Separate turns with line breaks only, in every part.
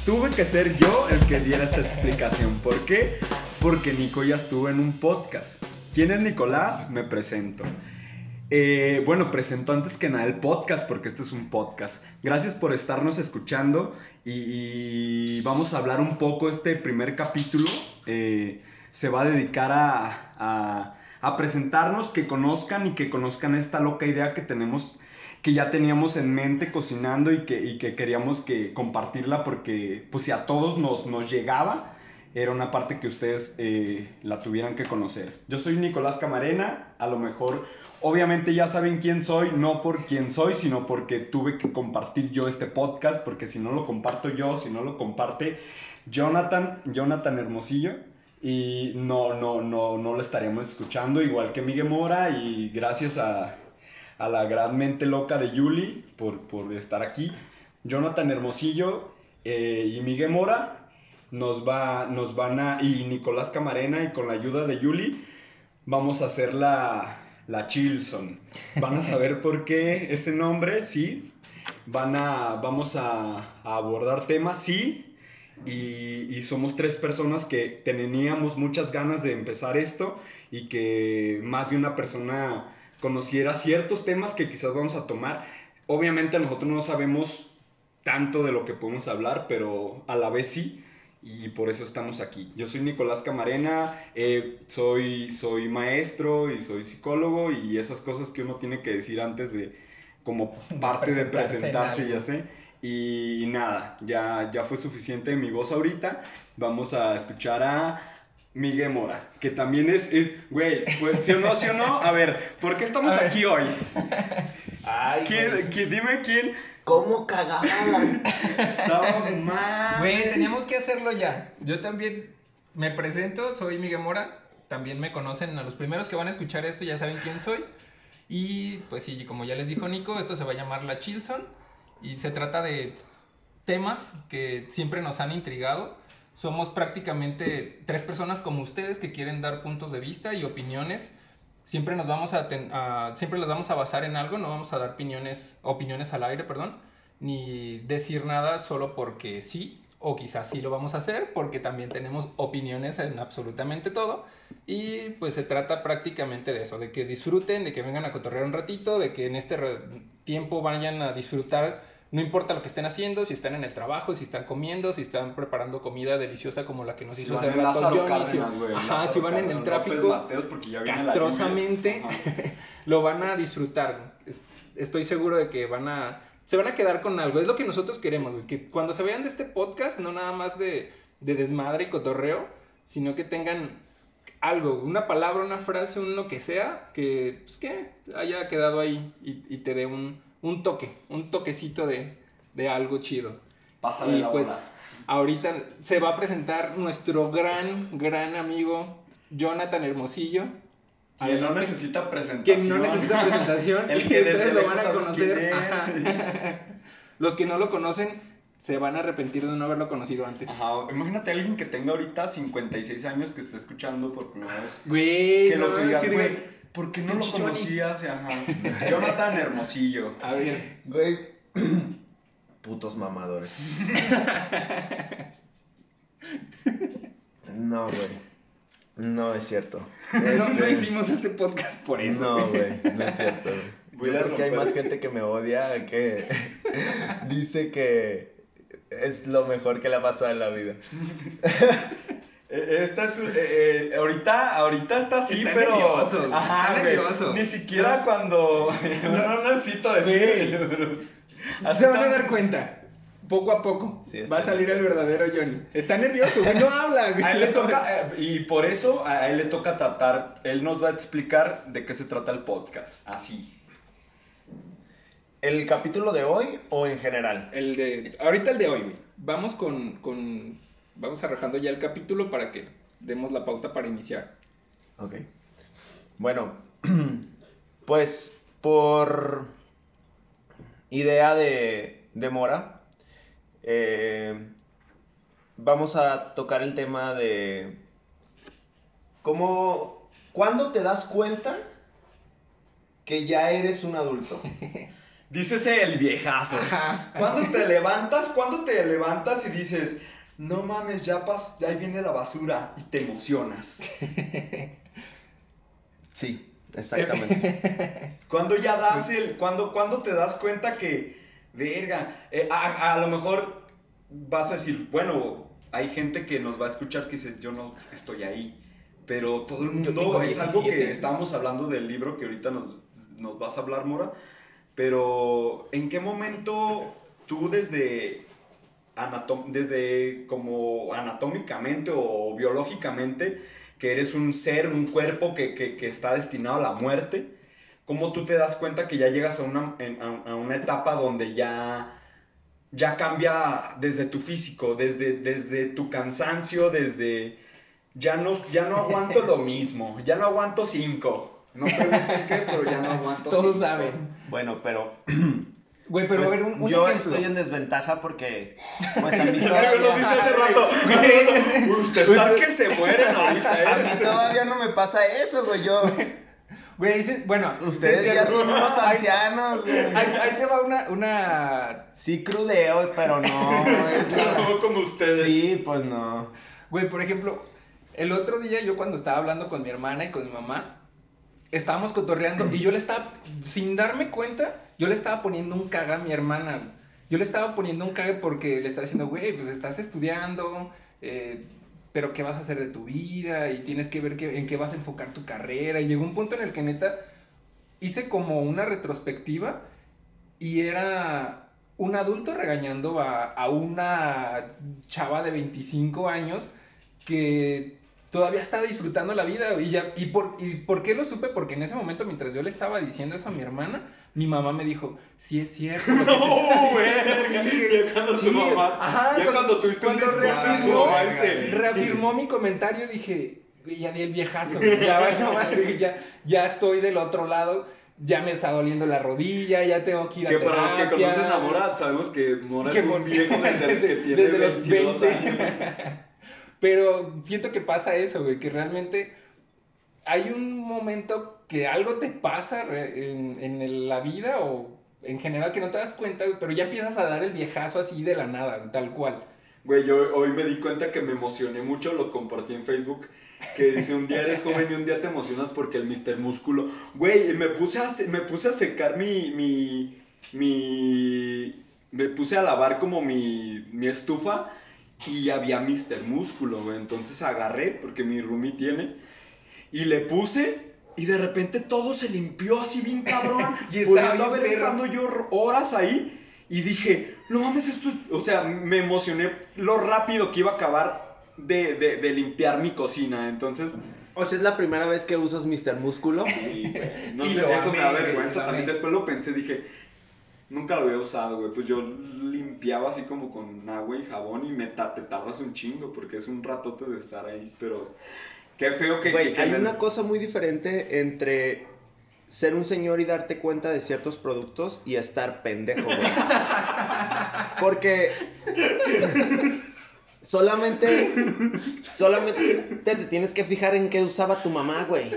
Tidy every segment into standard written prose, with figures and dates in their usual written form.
tuve que ser yo el que diera esta explicación. ¿Por qué? Porque Nico ya estuvo en un podcast. ¿Quién es Nicolás? Me presento. Bueno, presento antes que nada el podcast, porque este es un podcast. Gracias por estarnos escuchando y vamos a hablar un poco. Este primer capítulo se va a dedicar a presentarnos, que conozcan esta loca idea que tenemos, que ya teníamos en mente cocinando y que queríamos compartirla, porque pues si a todos nos llegaba, era una parte que ustedes la tuvieran que conocer. Yo soy Nicolás Camarena, a lo mejor, obviamente ya saben quién soy, no por quién soy, sino porque tuve que compartir yo este podcast, porque si no lo comparto yo, si no lo comparte Jonathan Hermosillo, y no lo estaríamos escuchando, igual que Miguel Mora, y gracias a la gran mente loca de Yuli por estar aquí. Jonathan Hermosillo y Miguel Mora y Nicolás Camarena, y con la ayuda de Yuli vamos a hacer la Chilson. Van a saber por qué ese nombre, sí. Vamos a abordar temas, sí. Y somos 3 personas que teníamos muchas ganas de empezar esto, y que más de una persona conociera ciertos temas que quizás vamos a tomar. Obviamente nosotros no sabemos tanto de lo que podemos hablar, pero a la vez sí. Y por eso estamos aquí. Yo soy Nicolás Camarena, soy maestro y soy psicólogo, y esas cosas que uno tiene que decir antes de, como parte de presentarse, ya sé. Y nada, ya fue suficiente de mi voz ahorita. Vamos a escuchar a Miguel Mora, que también güey, pues, ¿sí o no? A ver, ¿por qué estamos aquí hoy?
Ay,
Dime quién.
¿Cómo cagaba?
Estaba mal.
Güey, teníamos que hacerlo ya. Yo también me presento, soy Miguel Mora. También me conocen, a los primeros que van a escuchar esto ya saben quién soy. Y pues sí, como ya les dijo Nico, esto se va a llamar La Chilson. Y se trata de temas que siempre nos han intrigado. Somos prácticamente 3 personas como ustedes que quieren dar puntos de vista y opiniones. Siempre nos vamos siempre las vamos a basar en algo, no vamos a dar opiniones al aire, ni decir nada solo porque sí, o quizás sí lo vamos a hacer, porque también tenemos opiniones en absolutamente todo. Y pues se trata prácticamente de eso, de que disfruten, de que vengan a cotorrear un ratito, de que en este tiempo vayan a disfrutar. No importa lo que estén haciendo, si están en el trabajo, si están comiendo, si están preparando comida deliciosa como la que nos hizo hace rato Johnny. Si van en el tráfico,
Mateos,
castrosamente, lo van a disfrutar. Estoy seguro de que se van a quedar con algo. Es lo que nosotros queremos, güey. Que cuando se vayan de este podcast, no nada más de desmadre y cotorreo, sino que tengan algo, una palabra, una frase, un lo que sea, que haya quedado ahí y te dé un toquecito de algo chido.
Pásale la bola.
Pues ahorita se va a presentar nuestro gran amigo Jonathan Hermosillo.
Que no necesita presentación.
El que ustedes lo van a conocer. Los que no lo conocen se van a arrepentir de no haberlo conocido antes.
Ajá, imagínate a alguien que tenga ahorita 56 años que esté escuchando por primera vez.
Güey,
que lo que diga, güey, ¿por qué no lo conocías? Ajá. Jonathan Hermosillo.
A ver.
Güey. Putos mamadores. No, güey. No es cierto.
No hicimos este podcast por eso.
No, güey. No es cierto, güey. Porque hay más gente que me odia, que dice que es lo mejor que le ha pasado en la vida.
Esta es ahorita está así,
está
pero
nervioso,
ajá,
está nervioso.
Ni siquiera cuando no necesito decir.
Se van a dar cuenta. Poco a poco
sí,
va a salir
nervioso.
El verdadero Johnny. Está nervioso, güey, no habla, güey.
A él le toca, y por eso a él le toca tratar. Él nos va a explicar de qué se trata el podcast. Así.
¿El capítulo de hoy o en general?
Ahorita el de hoy, güey. Vamos vamos arrojando ya el capítulo para que demos la pauta para iniciar.
Ok. Bueno, pues por idea de Mora, vamos a tocar el tema de ¿cuándo te das cuenta que ya eres un adulto?
dícese el viejazo.
Ajá.
¿Cuándo te levantas y dices, no mames, ya ahí viene la basura y te emocionas?
Sí, exactamente.
Cuando ya das cuando te das cuenta que, verga, a lo mejor vas a decir, bueno, hay gente que nos va a escuchar que dice, yo no estoy ahí, pero todo el
Yo
mundo,
tengo
es algo
17.
que estábamos hablando del libro que ahorita nos vas a hablar, Mora, pero ¿en qué momento tú desde como anatómicamente o biológicamente, que eres un ser, un cuerpo que está destinado a la muerte, cómo tú te das cuenta que ya llegas a una etapa donde ya cambia desde tu físico, desde tu cansancio, ya no aguanto lo mismo, ya no aguanto 5. No pregunten qué, pero ya no aguanto 5.
Todos saben.
Bueno, pero
Güey, pero
pues,
a ver, un
yo
ejemplo.
estoy en desventaja porque pues a mí
Lo que nos dice hace rato. Usted está que se mueren ahorita,
a mí todavía no me pasa eso, güey.
Güey, dices, bueno,
Ustedes
sí,
ya
sí,
son unos
ahí-
ancianos, güey.
Ahí te va una...
Sí crudeo, pero no es la...
No como ustedes.
Sí, pues no.
Güey, por ejemplo, el otro día yo cuando estaba hablando con mi hermana y con mi mamá, estábamos cotorreando y yo le estaba, sin darme cuenta, yo le estaba poniendo un caga a mi hermana. Yo le estaba poniendo un caga porque le estaba diciendo, güey, pues estás estudiando, pero ¿qué vas a hacer de tu vida? Y tienes que ver en qué vas a enfocar tu carrera. Y llegó un punto en el que neta hice como una retrospectiva y era un adulto regañando a una chava de 25 años que todavía está disfrutando la vida. ¿Y por qué lo supe? Porque en ese momento, mientras yo le estaba diciendo eso a mi hermana, mi mamá me dijo, sí es cierto.
No, verga. Ya cuando tu mamá.
Ajá,
Ya cuando tuviste un discurso de tu mamá,
reafirmó mi comentario, dije, güey, ya di el viejazo, güey, ya valió madre, ya estoy del otro lado. Ya me está doliendo la rodilla, ya tengo que ir a
Que
terapia.
para los que conocen a Mora, sabemos que Mora es un viejo que tiene
desde los
22
20.
años.
Pero siento que pasa eso, güey, que realmente hay un momento que algo te pasa en la vida o en general que no te das cuenta, güey, pero ya empiezas a dar el viejazo así de la nada, güey, tal cual.
Güey, yo hoy me di cuenta que me emocioné mucho, lo compartí en Facebook, que dice, un día eres joven y un día te emocionas porque el Mr. Músculo. Güey, me puse a secar me puse a lavar como mi estufa y había Mr. Músculo, güey. Entonces agarré, porque mi roomie tiene, y le puse... Y de repente todo se limpió así bien cabrón.
Y
pudiendo haber estado yo horas ahí. Y dije, no mames, esto es... O sea, me emocioné lo rápido que iba a acabar de limpiar mi cocina. Entonces...
O sea, ¿es la primera vez que usas Mr. Músculo?
Sí, güey. No
Y
sé,
lo
eso me da
amé,
vergüenza
lo
también.
amé.
Después lo pensé, dije, nunca lo había usado, güey. Pues yo limpiaba así como con agua y jabón y te tardas un chingo porque es un ratote de estar ahí. Pero qué feo que...
Güey,
que
hay
me-
una cosa muy diferente entre ser un señor y darte cuenta de ciertos productos y estar pendejo, güey. Porque solamente te tienes que fijar en qué usaba tu mamá, güey.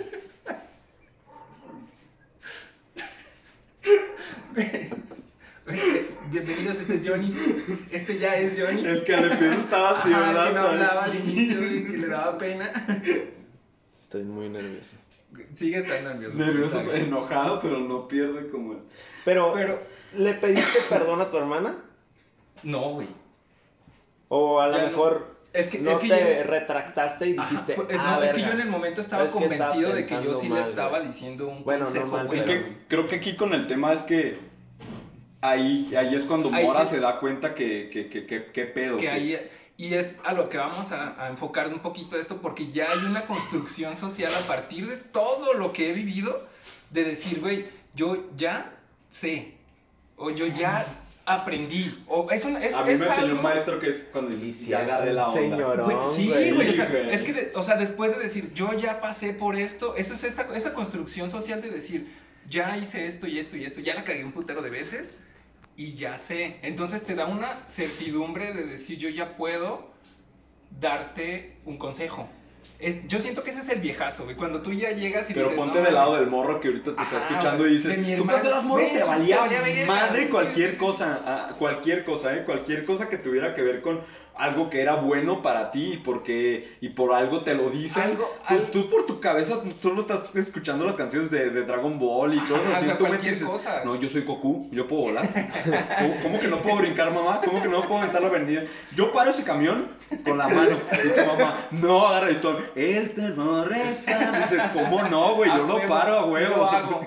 Bienvenidos, este es Johnny. Este ya es Johnny.
El que al empiezo estaba así,
Ajá,
¿verdad?
que no hablaba al inicio y que le daba pena.
Estoy muy nervioso.
Sigue estando nervioso.
Nervioso,
Está bien.
enojado, pero no pierde como el...
Pero,
Pero,
¿le pediste perdón a tu hermana?
no, güey.
O a lo
Ya no.
mejor
Es que
no
yo-
te retractaste y
Ajá,
dijiste,
pues,
ah,
no, es que
verga.
yo en el momento estaba
Es que estaba
convencido de que yo
pensando
sí
mal,
le estaba
güey.
diciendo un
Bueno, no
consejo,
mal,
güey.
Es
pero-
que creo que aquí con el tema es que ahí es cuando
Ahí
Mora
es-
se da cuenta que pedo.
Que ahí, y es a lo que vamos a enfocar un poquito esto, porque ya hay una construcción social a partir de todo lo que he vivido, de decir, güey, yo ya sé, o yo ya aprendí, o es una, es,
A mí
es
me enseñó
algo-
un maestro que es cuando dice,
Y si
ya
es
agarré
un
la onda.
señorón,
Güey, sí,
güey.
güey, o sea,
güey.
es que, o sea, después de decir, yo ya pasé por esto, eso es esa construcción social de decir, ya hice esto y esto y esto, ya la cagué un putero de veces y ya sé. Entonces te da una certidumbre de decir, yo ya puedo darte un consejo. Yo siento que ese es el viejazo, güey. Cuando tú ya llegas y
pero
dices,
ponte
no,
del lado del morro que ahorita te está escuchando y dices,
de mi
tú
hermano,
cuando eras morro
güey,
te valía
verga,
madre
sí,
cualquier
sí.
cosa, cualquier cosa, cualquier cosa que tuviera que ver con algo que era bueno para ti y por algo te lo dicen. Tú por tu cabeza, tú lo estás escuchando las canciones de Dragon Ball y cosas así, tú me dices,
cosa.
no, yo soy Goku, yo puedo volar. ¿Cómo que no puedo brincar, mamá? ¿Cómo que no puedo aventar la avenida? Yo paro ese camión con la mano y tu mamá, no, agarra y todo, el terror respira. Dices, ¿cómo no, güey? Yo lo paro a huevo.
Sí lo hago.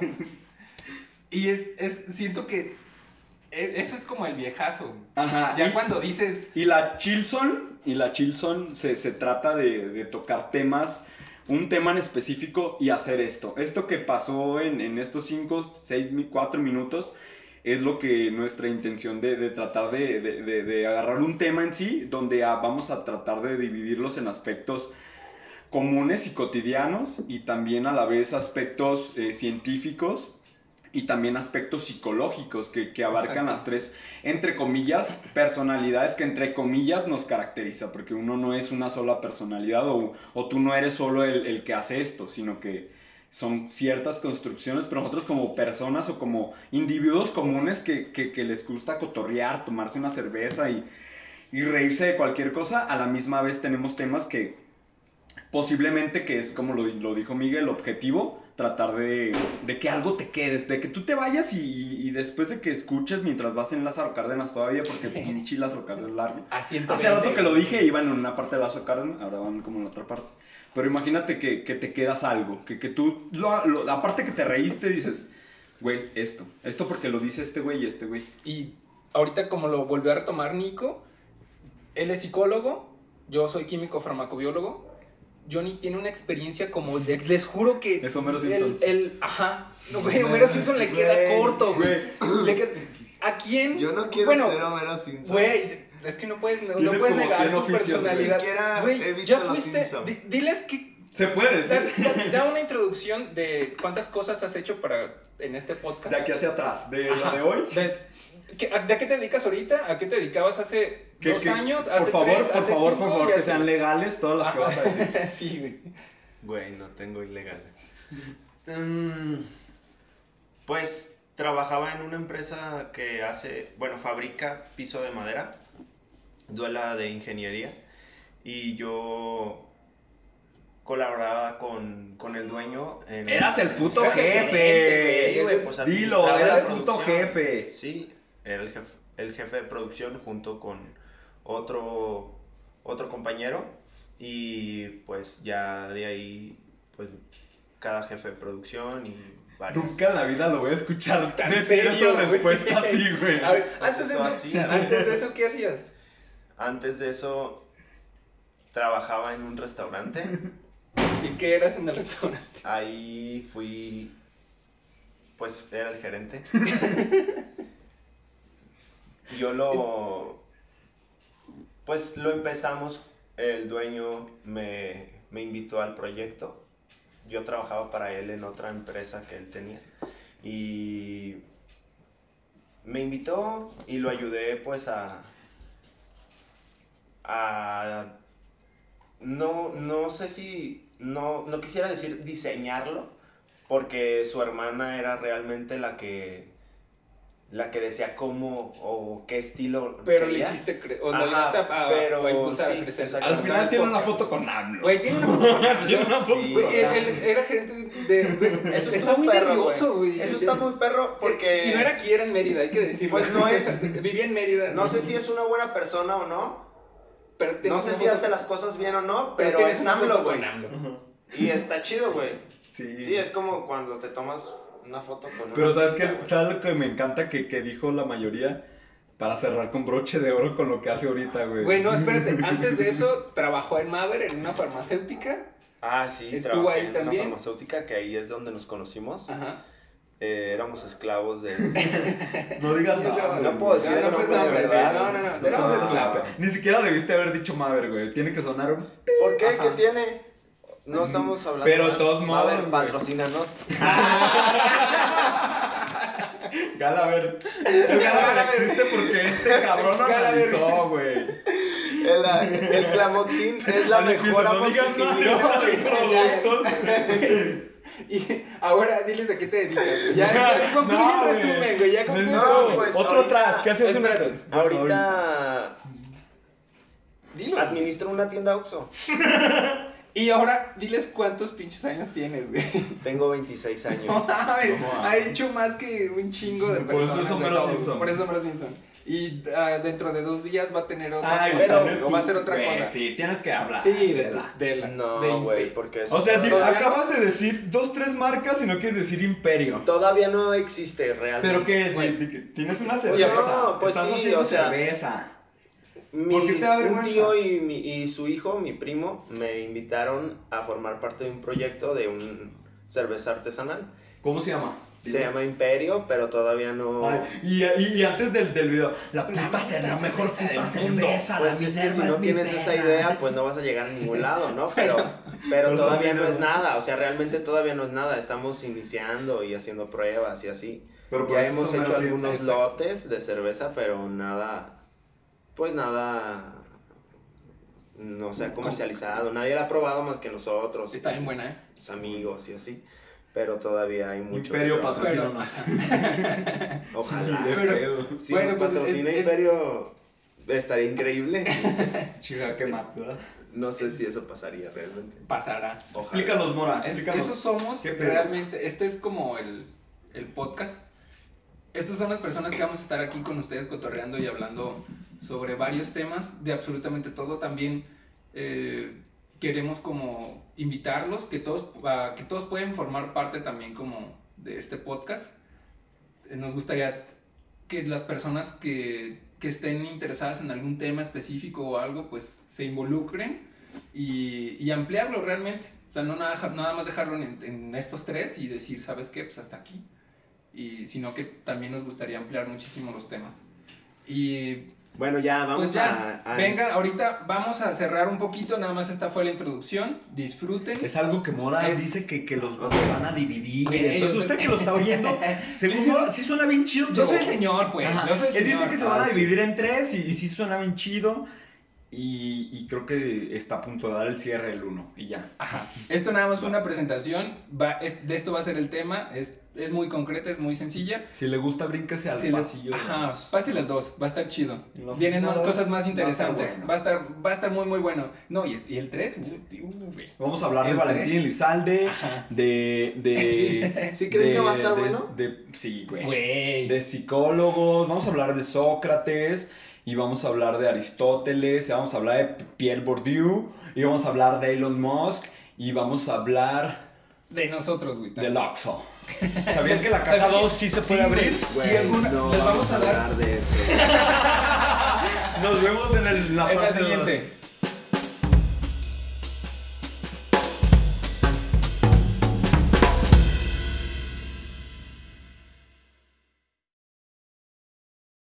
Y siento que eso es como el viejazo.
Ajá.
Ya cuando dices...
Y la Chilson se trata de tocar temas, un tema en específico y hacer esto. Esto que pasó en estos 4 minutos es lo que nuestra intención de tratar de agarrar un tema en sí, donde vamos a tratar de dividirlos en aspectos comunes y cotidianos y también a la vez aspectos científicos y también aspectos psicológicos que abarcan las tres, entre comillas, personalidades que entre comillas nos caracteriza, porque uno no es una sola personalidad o tú no eres solo el que hace esto, sino que son ciertas construcciones, pero nosotros como personas o como individuos comunes que les gusta cotorrear, tomarse una cerveza y reírse de cualquier cosa, a la misma vez tenemos temas que posiblemente, que es como lo dijo Miguel, el objetivo, tratar de que algo te quede, de que tú te vayas y después de que escuches mientras vas en Lázaro Cárdenas todavía, porque pinche Lázaro Cárdenas largo. Hace rato que lo dije, iban en una parte de Lázaro Cárdenas, ahora van como en otra parte. Pero imagínate que te quedas algo, que tú, aparte que te reíste, dices, güey, esto porque lo dice este güey y este güey.
Y ahorita como lo volvió a retomar Nico, él es psicólogo, yo soy químico farmacobiólogo. Johnny tiene una experiencia como les juro que
es Homero Simpson.
No, güey, Homero Simpson le queda corto, güey. ¿A quién?
Yo no quiero ser Homero Simpson.
Güey, es que no puedes negar tu personalidad.
Ni siquiera he visto
ya
Los
fuiste,
Simpson.
Diles que
se puede decir.
Da una introducción de cuántas cosas has hecho en este podcast.
De aquí hacia atrás, de lo de hoy.
¿De qué te dedicas ahorita? ¿A qué te dedicabas hace 2 años? ¿Hace
Por favor, que sean legales todas las que vas a decir.
Sí, güey.
Güey, no tengo ilegales. Pues trabajaba en una empresa que fabrica piso de madera, duela de ingeniería, y yo colaboraba con el dueño.
Eras el puto jefe.
Sí, güey, pues
dilo, era el puto jefe.
Sí, era el jefe de producción junto con otro compañero, y pues ya de ahí, pues cada jefe de producción y varios.
Nunca en la vida lo voy a escuchar decir esa respuesta así, güey.
A ver,
Pues
antes de eso, ¿qué hacías?
Antes de eso, trabajaba en un restaurante.
¿Y qué eras en el restaurante?
Ahí fui, pues era el gerente. Pues lo empezamos, el dueño me invitó al proyecto. Yo trabajaba para él en otra empresa que él tenía. Y me invitó y lo ayudé pues no sé si, no quisiera decir diseñarlo, porque su hermana era realmente la que decía cómo o qué estilo
pero
quería.
le hiciste o lo llegaste a impulsar a crecer.
Al final tiene una foto con AMLO.
Güey, tiene una foto con AMLO.
Tiene una foto
Sí,
con
güey,
AMLO.
Él era gerente de...
Eso
está
está
muy
perro,
nervioso, güey.
Eso está muy perro porque...
Y no era aquí, era en Mérida, hay que decirlo.
Pues no es...
Vivía en Mérida.
No sé si es una buena persona o no.
Pero
No sé si hace las cosas bien o no, pero
tienes
es
una
AMLO,
foto
güey.
con AMLO.
Y está chido, güey.
Sí.
Sí, es como cuando te tomas una foto con
Pero
una
¿sabes
pista,
qué?
güey.
¿Sabes lo que me encanta que dijo la mayoría? Para cerrar con broche de oro con lo que hace ahorita, güey.
Güey, no, espérate. Antes de eso, trabajó en Maver, en una farmacéutica.
Ah, sí,
¿Estuvo
trabajé
ahí
en
también?
una farmacéutica, que ahí es donde nos conocimos.
Ajá.
Éramos esclavos de...
No digas nada.
No puedo decir el nombre de verdad.
No. Éramos esclavos.
Ni siquiera debiste haber dicho Maver, güey. Tiene que sonar un...
¿Por qué?
Ajá.
¿Qué tiene? No estamos hablando...
Pero de
mal.
todos modos,
A ver,
güey.
patrocínanos.
Galaver. El Galaver existe porque este cabrón lo
Galaver.
analizó, güey.
El Clamoxin es la mejor amoxicilina.
Y ahora diles a qué te dedicas. Ya concluye el resumen, güey. Ya concluye.
No,
pues,
otro atrás. ¿Qué haces?
Ahorita
Dilo.
administro una tienda Oxxo.
Y ahora diles cuántos pinches años tienes, güey.
Tengo 26 años.
No mames, ha hecho más que un chingo de
Por eso
personas.
es Homero
de todos.
Simpson.
Por eso es Homero Simpson. Y dentro de 2 días va a tener otra
Ay,
cosa,
sabes
o va a
tú,
ser otra
güey,
cosa.
Sí, tienes que hablar.
Sí, de la.
No, güey, porque eso
O sea,
¿Todavía
acabas de decir 2-3 marcas y no quieres decir Imperio.
todavía no existe realmente.
¿Pero qué es?
Güey.
Tienes una cerveza.
No, pues
Estás
sí,
haciendo
o sea,
cerveza. ¿Por qué te da
Un
vergüenza?
tío y su hijo, mi primo, me invitaron a formar parte de un proyecto de un cerveza artesanal.
¿Cómo se llama?
Se llama Imperio, pero todavía no...
Ay, y antes del video, la puta será la mejor puta cerveza.
Pues
la
es que
Minerva
si no
es mi
tienes esa
perra.
idea, pues no vas a llegar a ningún lado, ¿no? Pero todavía no es nada, o sea, realmente todavía no es nada. Estamos iniciando y haciendo pruebas y así.
Pero
Ya
por eso
hemos
son
hecho
menos
algunos
exacto.
lotes de cerveza, pero nada, pues nada, no se ha comercializado. Nadie la ha probado más que nosotros.
Está bien buena, ¿eh?
Los amigos y así. Pero todavía hay mucho.
Imperio
que trabajar.
patrocínanos.
Ojalá.
Ni de
Pero-
pedo.
Si
Bueno,
nos
pues,
patrocina
es-
Imperio, estaría increíble.
Chica, qué mata.
No sé si eso pasaría realmente.
Pasará.
Ojalá.
Explícanos, Mora,
Es-
explícanos.
Esos somos
¿Qué pedo?
realmente. Este es como el podcast. Estas son las personas que vamos a estar aquí con ustedes cotorreando y hablando sobre varios temas, de absolutamente todo. También queremos como invitarlos, que todos pueden formar parte también como de este podcast. Nos gustaría que las personas que estén interesadas en algún tema específico o algo, pues se involucren y ampliarlo realmente. O sea, no nada más dejarlo en estos 3 y decir, ¿sabes qué? Pues hasta aquí. Sino que también nos gustaría ampliar muchísimo los temas. Y
Bueno, ya vamos
pues ya,
a...
venga, ahorita vamos a cerrar un poquito, nada más esta fue la introducción, disfruten.
Es algo que Mora
Es-
dice que los se van a dividir.
Güey,
Entonces, usted que lo está oyendo, según
Yo-
Mora, sí suena bien chido.
Yo
pero-
soy el señor, pues,
Ajá.
yo soy el
Él dice
señor.
que se van a
sí.
dividir en 3 y sí suena bien chido. Y creo que está a punto de dar el cierre el 1 y ya.
Ajá. Esto nada más fue una presentación, de esto va a ser el tema, es muy concreta, es muy sencilla.
Si le gusta, brínquese al
Si le-
pasillo.
Ajá, pásele al 2, va a estar chido.
En la
Vienen
oficina
más
dos,
cosas más
va a estar
interesantes.
bueno.
Va a estar muy muy bueno. No, y el 3,
Vamos a hablar de
El
Valentín
3.
Elizalde,
Ajá.
¿Sí creen que va a estar bueno?
Sí, güey.
Güey.
De psicólogos, vamos a hablar de Sócrates, y vamos a hablar de Aristóteles, y vamos a hablar de Pierre Bourdieu, y vamos a hablar de Elon Musk, y vamos a hablar
De nosotros, güey.
del Oxxo. ¿Sabían que la caja 2 sí se puede abrir?
Güey,
Sí, alguna-
no
les
vamos a
dar-
hablar de eso.
Nos vemos en la
En la
parte dos.
siguiente.